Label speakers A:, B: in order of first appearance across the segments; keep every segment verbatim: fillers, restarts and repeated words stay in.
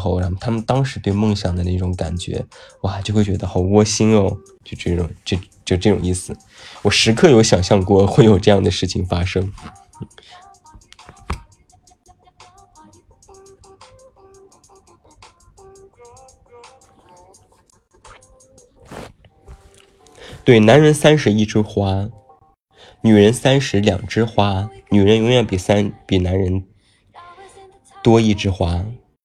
A: 候，然后他们当时对梦想的那种感觉，哇，就会觉得好窝心哦，就这种就就这种意思。我时刻有想象过会有这样的事情发生。对，男人三十一枝花，女人三十两枝花，女人永远比三比男人多一枝花。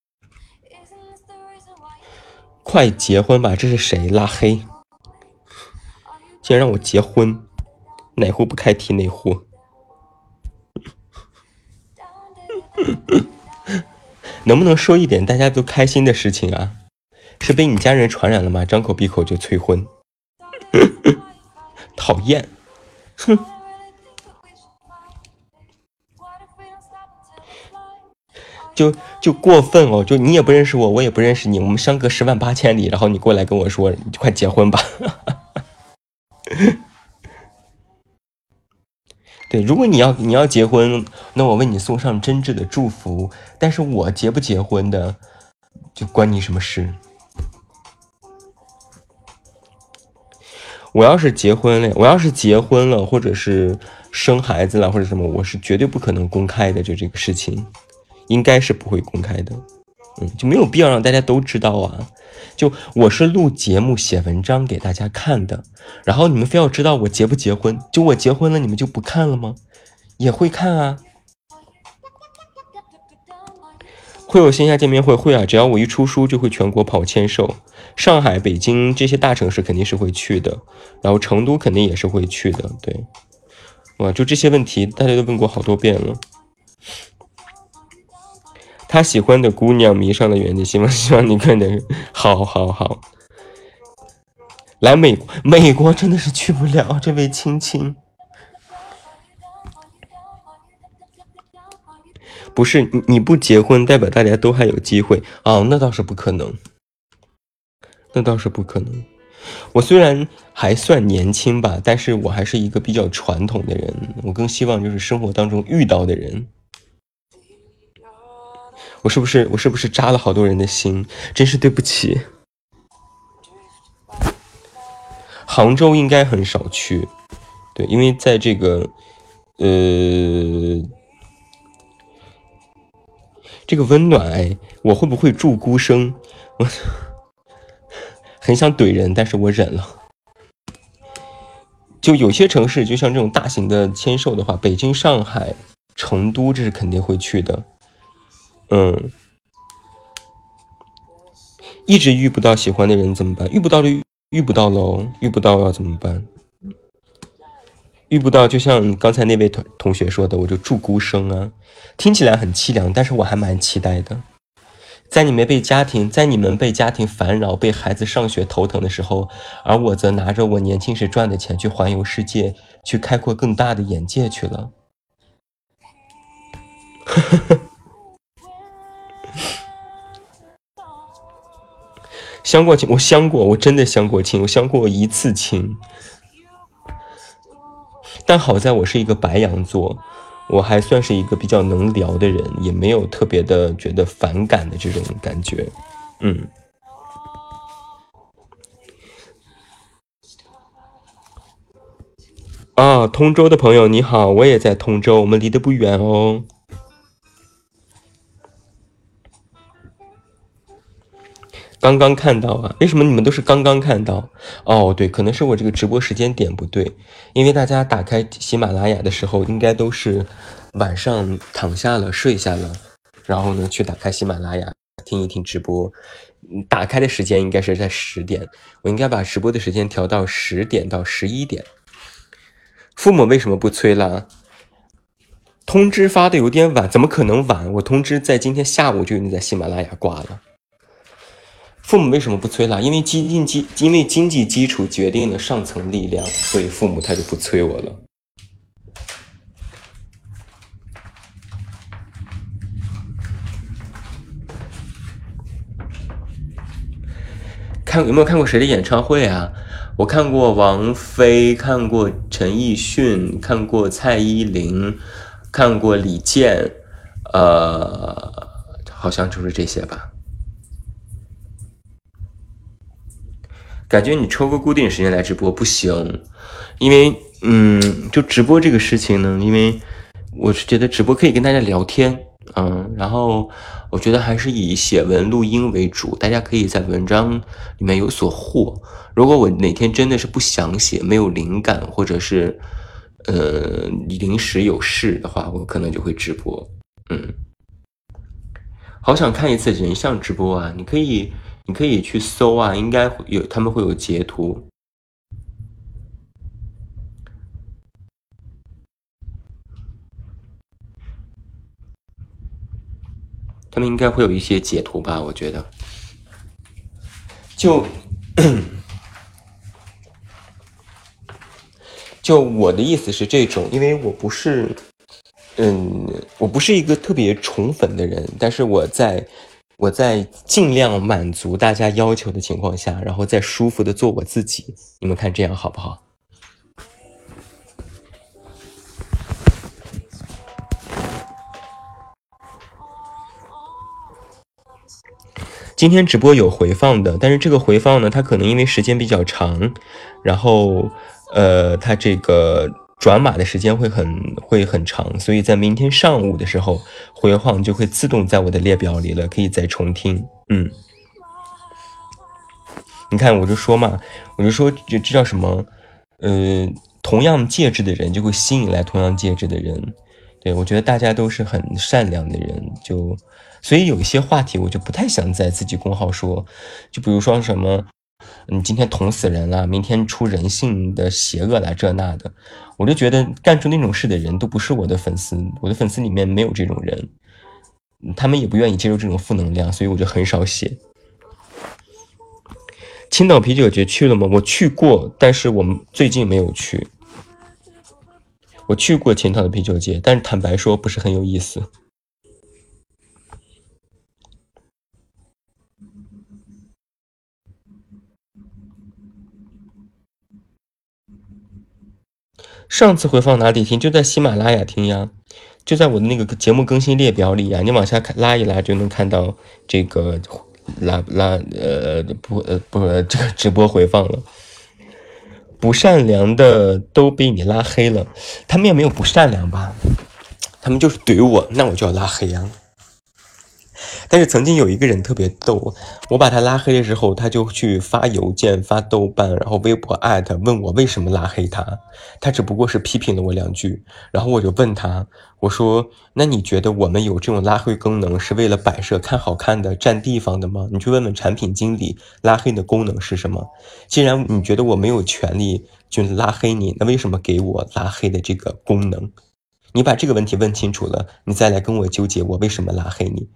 A: 快结婚吧！这是谁？拉黑！竟然让我结婚，哪户不开提哪户。能不能说一点大家都开心的事情啊？是被你家人传染了吗？张口闭口就催婚。讨厌，哼！就就过分哦！就你也不认识我，我也不认识你，我们相隔十万八千里，然后你过来跟我说，你快结婚吧！对，如果你要你要结婚，那我为你送上真挚的祝福。但是我结不结婚的，就关你什么事？我要是结婚了，我要是结婚了，或者是生孩子了，或者什么，我是绝对不可能公开的。就这个事情，应该是不会公开的。嗯，就没有必要让大家都知道啊。就我是录节目写文章给大家看的，然后你们非要知道我结不结婚，就我结婚了你们就不看了吗？也会看啊。会有线下见面会，会啊，只要我一出书就会全国跑签售，上海、北京这些大城市肯定是会去的，然后成都肯定也是会去的。对，哇，就这些问题大家都问过好多遍了。他喜欢的姑娘迷上了原地，希望希望你看的，好好好。来美国，美国真的是去不了，这位亲亲。不是你你不结婚，代表大家都还有机会哦，那倒是不可能，那倒是不可能。我虽然还算年轻吧，但是我还是一个比较传统的人，我更希望就是生活当中遇到的人。我是不是我是不是扎了好多人的心？真是对不起。杭州应该很少去，对，因为在这个呃这个温暖，哎，我会不会祝孤生？我很想怼人，但是我忍了。就有些城市，就像这种大型的签售的话，北京、上海、成都，这是肯定会去的。嗯，一直遇不到喜欢的人怎么办？遇不到就遇不到喽，遇不到要怎么办？遇不到就像刚才那位同同学说的，我就祝孤生啊，听起来很凄凉，但是我还蛮期待的。在你们被家庭在你们被家庭烦扰，被孩子上学头疼的时候，而我则拿着我年轻时赚的钱去环游世界，去开阔更大的眼界去了。相过亲，我相过，我真的相过亲，我相过一次亲。但好在我是一个白羊座，我还算是一个比较能聊的人，也没有特别的觉得反感的这种感觉。嗯。啊，通州的朋友你好，我也在通州，我们离得不远哦。刚刚看到啊，为什么你们都是刚刚看到？哦，对，可能是我这个直播时间点不对，因为大家打开喜马拉雅的时候，应该都是晚上躺下了睡下了，然后呢去打开喜马拉雅听一听直播。打开的时间应该是在十点，我应该把直播的时间调到十点到十一点。父母为什么不催了？通知发的有点晚，怎么可能晚？我通知在今天下午就已经在喜马拉雅挂了。父母为什么不催了？因为经济基，因为经济基础决定了上层力量，所以父母他就不催我了。看有没有看过谁的演唱会啊？我看过王菲，看过陈奕迅，看过蔡依林，看过李健，呃，好像就是这些吧。 感觉你抽个固定时间来直播不行，因为嗯，就直播这个事情呢，因为我是觉得直播可以跟大家聊天，嗯，然后我觉得还是以写文录音为主，大家可以在文章里面有所获。如果我哪天真的是不想写，没有灵感，或者是呃临时有事的话，我可能就会直播。嗯，好想看一次人像直播啊！你可以，你可以去搜啊，应该有他们会有截图。他们应该会有一些截图吧，我觉得。就就我的意思是这种，因为我不是，嗯，我不是一个特别宠粉的人，但是我在我在尽量满足大家要求的情况下，然后再舒服的做我自己。你们看这样好不好？今天直播有回放的，但是这个回放呢，它可能因为时间比较长，然后呃，它这个转码的时间会很会很长，所以在明天上午的时候，回放就会自动在我的列表里了，可以再重听。嗯，你看我就说嘛，我就说这这叫什么？呃，同样介质的人就会吸引来同样介质的人。对，我觉得大家都是很善良的人，就所以有一些话题我就不太想在自己公号说，就比如说什么，你今天捅死人了，明天出人性的邪恶了，这那的，我就觉得干出那种事的人都不是我的粉丝，我的粉丝里面没有这种人，他们也不愿意接受这种负能量，所以我就很少写。青岛啤酒节去了吗？我去过，但是我们最近没有去。我去过青岛的啤酒节，但是坦白说不是很有意思。上次回放哪里听？就在喜马拉雅听呀，就在我的那个节目更新列表里呀，你往下看拉一拉就能看到这个拉拉呃不呃不这个直播回放了。不善良的都被你拉黑了，他们也没有不善良吧？他们就是怼我，那我就要拉黑啊。但是曾经有一个人特别逗，我把他拉黑了之后，他就去发邮件、发豆瓣，然后微博艾特问我为什么拉黑他。他只不过是批评了我两句，然后我就问他，我说：“那你觉得我们有这种拉黑功能是为了摆设、看好看的、占地方的吗？你去问问产品经理，拉黑的功能是什么？既然你觉得我没有权利去拉黑你，那为什么给我拉黑的这个功能？你把这个问题问清楚了，你再来跟我纠结我为什么拉黑你。”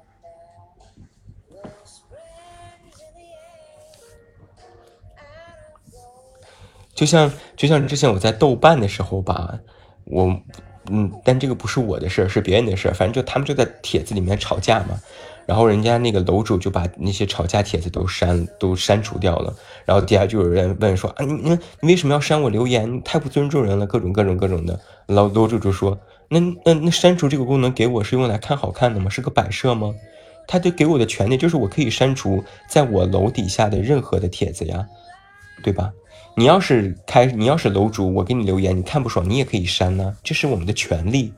A: 就像就像之前我在豆瓣的时候吧，我嗯，但这个不是我的事儿，是别人的事儿。反正就他们就在帖子里面吵架嘛，然后人家那个楼主就把那些吵架帖子都删都删除掉了。然后底下就有人问说啊，你你你为什么要删我留言？你太不尊重人了，各种各种各种的。楼楼主就说，那那那删除这个功能给我是用来看好看的吗？是个摆设吗？他就给我的权利就是我可以删除在我楼底下的任何的帖子呀，对吧？你要是开，你要是楼主，我给你留言，你看不爽，你也可以删呢、啊，这是我们的权利。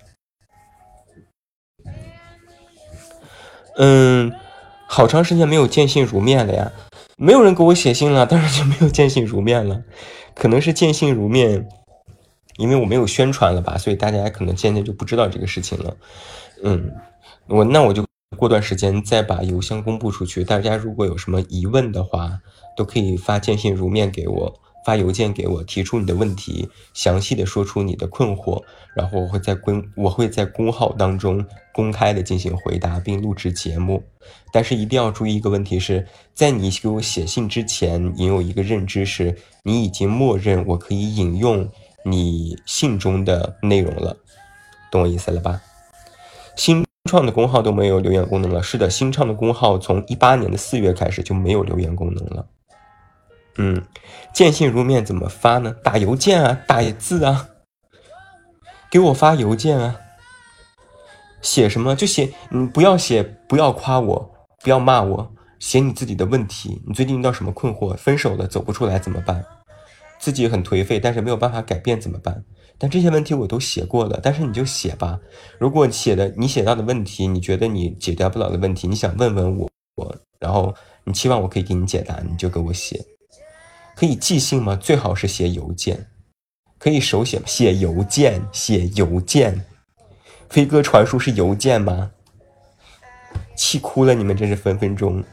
A: 嗯，好长时间没有见信如面了呀，没有人给我写信了，当然就没有见信如面了。可能是见信如面，因为我没有宣传了吧，所以大家可能渐渐就不知道这个事情了。嗯，我那我就过段时间再把邮箱公布出去，大家如果有什么疑问的话，都可以发见信如面给我。发邮件给我，提出你的问题，详细的说出你的困惑，然后我会在公我会在公号当中公开的进行回答，并录制节目。但是一定要注意一个问题是，在你给我写信之前，你有一个认知是，你已经默认我可以引用你信中的内容了，懂我意思了吧？新创的公号都没有留言功能了，是的，新创的公号从一八年的四月开始就没有留言功能了。嗯，见信如面怎么发呢？打邮件啊，打字啊，给我发邮件啊。写什么就写，你不要写，不要夸我，不要骂我， 写你自己的问题，你最近遇到什么困惑？分手了走不出来怎么办？自己很颓废，但是没有办法改变怎么办？但这些问题我都写过了，但是你就写吧。如果你写的你写到的问题，你觉得你解决不了的问题，你想问问我，我然后你期望我可以给你解答，你就给我写。可以寄信吗？最好是写邮件。可以手写，写邮件，写邮件。飞鸽传书是邮件吗？气哭了，你们真是分分钟。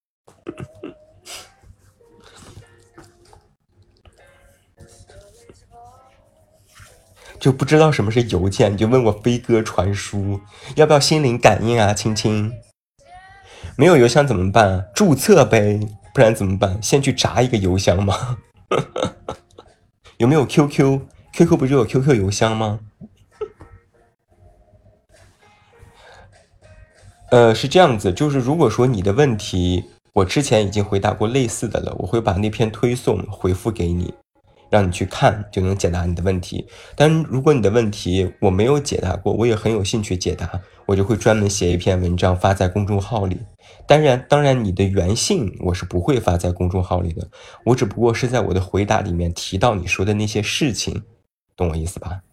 A: 就不知道什么是邮件，你就问我飞鸽传书，要不要心灵感应啊，青青？没有邮箱怎么办？注册呗，不然怎么办？先去炸一个邮箱吗？有没有 Q Q？Q Q 不是有 Q Q 邮箱吗？呃，是这样子，就是如果说你的问题，我之前已经回答过类似的了，我会把那篇推送回复给你。让你去看就能解答你的问题，但如果你的问题我没有解答过，我也很有兴趣解答，我就会专门写一篇文章发在公众号里。当然，当然你的原信我是不会发在公众号里的，我只不过是在我的回答里面提到你说的那些事情，懂我意思吧？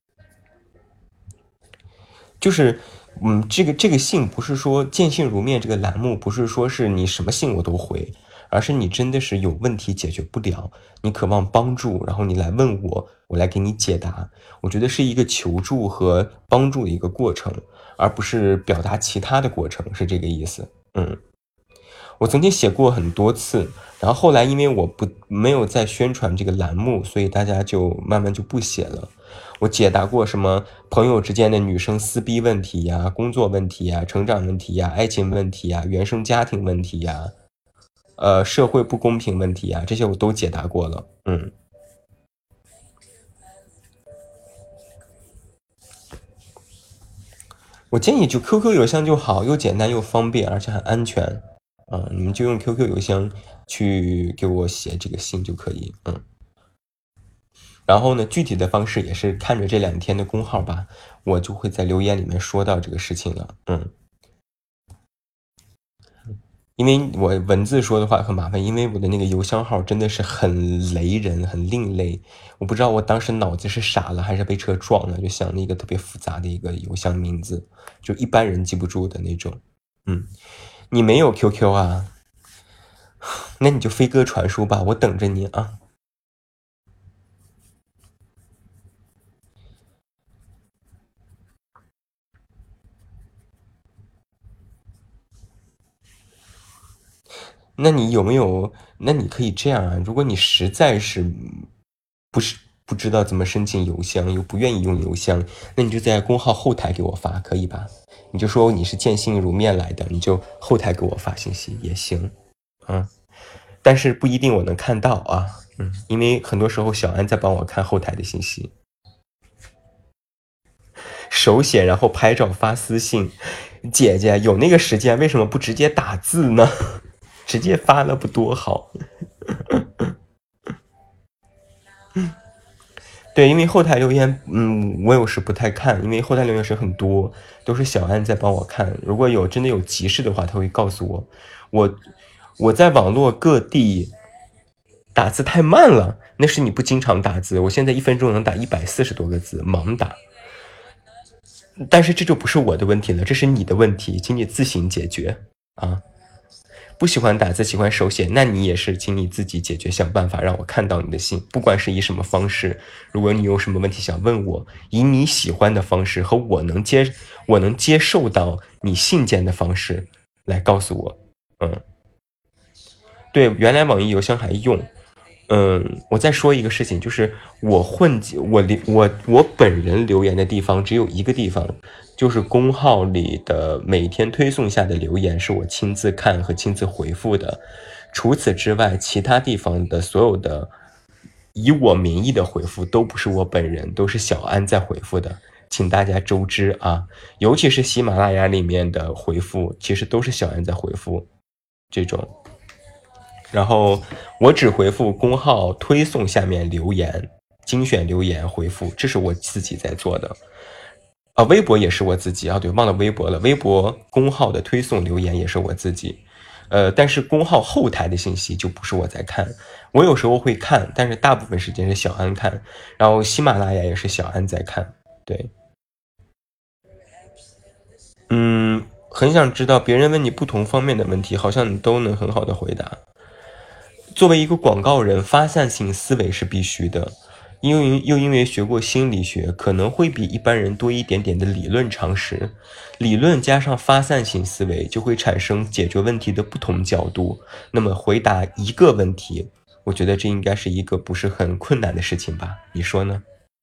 A: 就是，嗯，这个这个信不是说见信如面这个栏目不是说是你什么信我都回。而是你真的是有问题解决不了，你渴望帮助，然后你来问我，我来给你解答。我觉得是一个求助和帮助的一个过程，而不是表达其他的过程，是这个意思。嗯，我曾经写过很多次，然后后来因为我不没有再宣传这个栏目，所以大家就慢慢就不写了。我解答过什么朋友之间的女生撕逼问题呀、工作问题呀、成长问题呀、爱情问题呀、原生家庭问题呀。呃，社会不公平问题啊，这些我都解答过了。嗯，我建议就 Q Q 邮箱就好，又简单又方便，而且很安全。啊、嗯，你们就用 Q Q 邮箱去给我写这个信就可以。嗯，然后呢，具体的方式也是看着这两天的公号吧，我就会在留言里面说到这个事情了。嗯。因为我文字说的话很麻烦，因为我的那个邮箱号真的是很雷人，很另类。我不知道我当时脑子是傻了还是被车撞了，就想了一个特别复杂的一个邮箱名字，就一般人记不住的那种。嗯，你没有 Q Q 啊？那你就飞鸽传书吧，我等着你啊。那你有没有？那你可以这样啊，如果你实在是不是不知道怎么申请邮箱，又不愿意用邮箱，那你就在公号后台给我发，可以吧？你就说你是见信如面来的，你就后台给我发信息也行，嗯，但是不一定我能看到啊，嗯，因为很多时候小安在帮我看后台的信息，手写然后拍照发私信，姐姐有那个时间，为什么不直接打字呢？直接发了不多好。对，因为后台留言，嗯，我有时不太看，因为后台留言是很多，都是小安在帮我看。如果有真的有急事的话，他会告诉我。我我在网络各地打字太慢了，那是你不经常打字。我现在一分钟能打一百四十多个字，盲打。但是这就不是我的问题了，这是你的问题，请你自行解决啊。不喜欢打字，喜欢手写，那你也是，请你自己解决，想办法让我看到你的信，不管是以什么方式。如果你有什么问题想问我，以你喜欢的方式和我能接我能接受到你信件的方式来告诉我。嗯，对，原来网易邮箱还用。嗯，我再说一个事情，就是我混我我我本人留言的地方只有一个地方。就是公号里的每天推送下的留言是我亲自看和亲自回复的，除此之外，其他地方的所有的以我名义的回复都不是我本人，都是小安在回复的，请大家周知啊！尤其是喜马拉雅里面的回复，其实都是小安在回复这种。然后我只回复公号推送下面留言，精选留言回复，这是我自己在做的。啊，微博也是我自己啊，对，忘了微博了。微博公号的推送留言也是我自己， 呃，但是公号后台的信息就不是我在看，我有时候会看，但是大部分时间是小安看，然后喜马拉雅也是小安在看，对。嗯，很想知道别人问你不同方面的问题，好像你都能很好的回答。作为一个广告人，发散性思维是必须的，因为又因为学过心理学，可能会比一般人多一点点的理论常识。理论加上发散性思维，就会产生解决问题的不同角度。那么回答一个问题，我觉得这应该是一个不是很困难的事情吧？你说呢？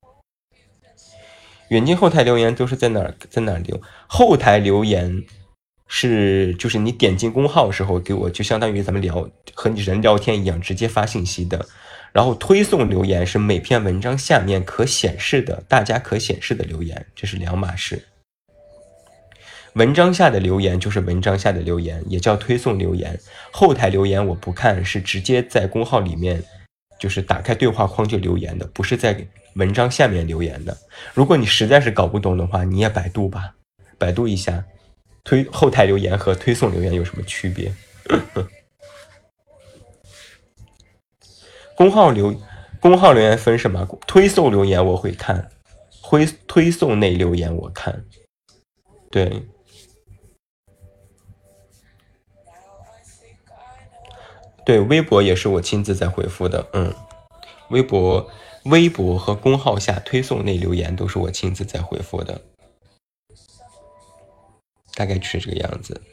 A: 远近后台留言都是在哪儿在哪儿留？后台留言是就是你点进公号的时候给我，就相当于咱们聊和你人聊天一样，直接发信息的。然后推送留言是每篇文章下面可显示的，大家可显示的留言，这是两码事。文章下的留言就是文章下的留言，也叫推送留言。后台留言我不看，是直接在公号里面就是打开对话框就留言的，不是在文章下面留言的。如果你实在是搞不懂的话，你也百度吧，百度一下推后台留言和推送留言有什么区别。公号留公号留言分什么？推送留言我会看，推推送内留言我看。对，对，微博也是我亲自在回复的，嗯，微博、微博和公号下推送内留言都是我亲自在回复的，大概就是这个样子。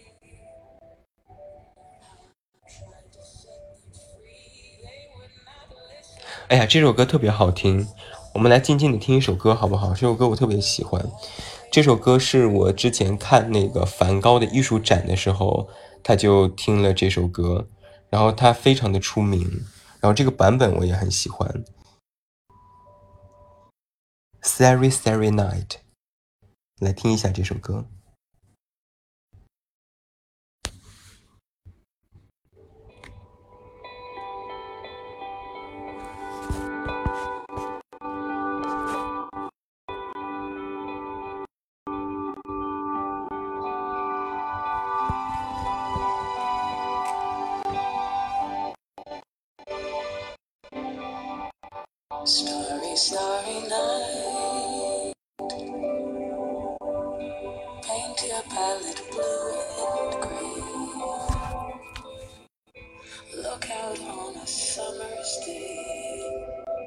A: 哎呀，这首歌特别好听，我们来静静的听一首歌好不好？这首歌我特别喜欢，这首歌是我之前看那个梵高的艺术展的时候，他就听了这首歌，然后他非常的出名，然后这个版本我也很喜欢。Starry Starry Night， 来听一下这首歌。Starry, starry night. Paint your palette blue and gray. Look out on a summer's day.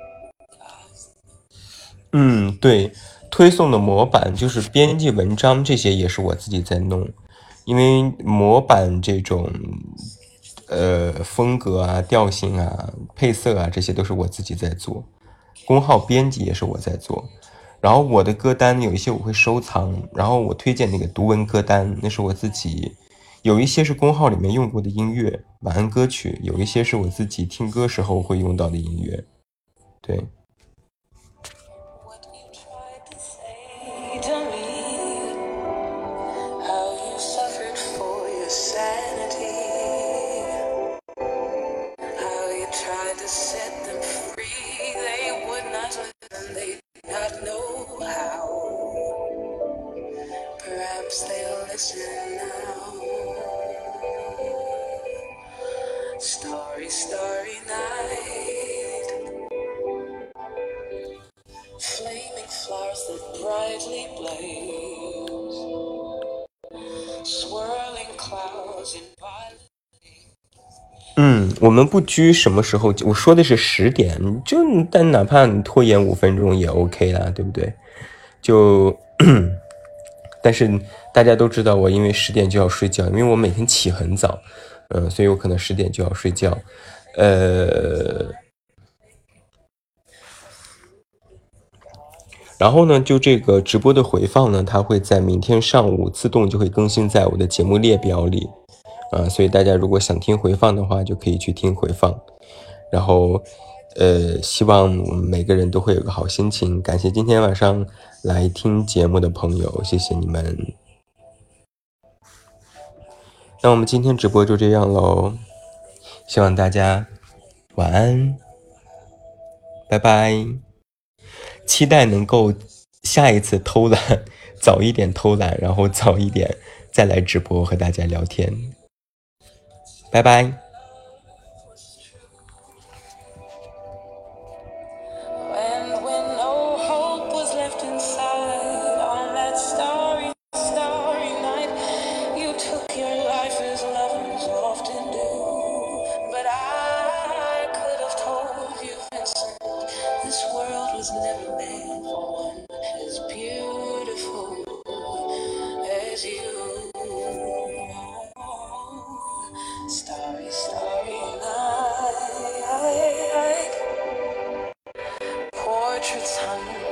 A: 嗯，对，推送的模板就是编辑文章，这些也是我自己在弄，因为模板这种呃风格啊、调性啊、配色啊，这些都是我自己在做。公号编辑也是我在做，然后我的歌单有一些我会收藏，然后我推荐那个读文歌单，那是我自己，有一些是公号里面用过的音乐，晚安歌曲，有一些是我自己听歌时候会用到的音乐，对。Starry, starry night. Flaming flowers that brightly blaze. Swirling clouds in violet. 嗯，我们不拘什么时候，我说的是十点，就但哪怕你拖延五分钟也 OK 啦，对不对？就，但是大家都知道我因为十点就要睡觉，因为我每天起很早。嗯，所以我可能十点就要睡觉，呃，然后呢，就这个直播的回放呢，它会在明天上午自动就会更新在我的节目列表里，啊，所以大家如果想听回放的话，就可以去听回放。然后，呃，希望我们每个人都会有个好心情。感谢今天晚上来听节目的朋友，谢谢你们。那我们今天直播就这样咯，希望大家晚安，拜拜，期待能够下一次偷懒早一点偷懒，然后早一点再来直播和大家聊天。 拜拜。
B: Never been one as beautiful as you. Starry, starry night. Portraits hung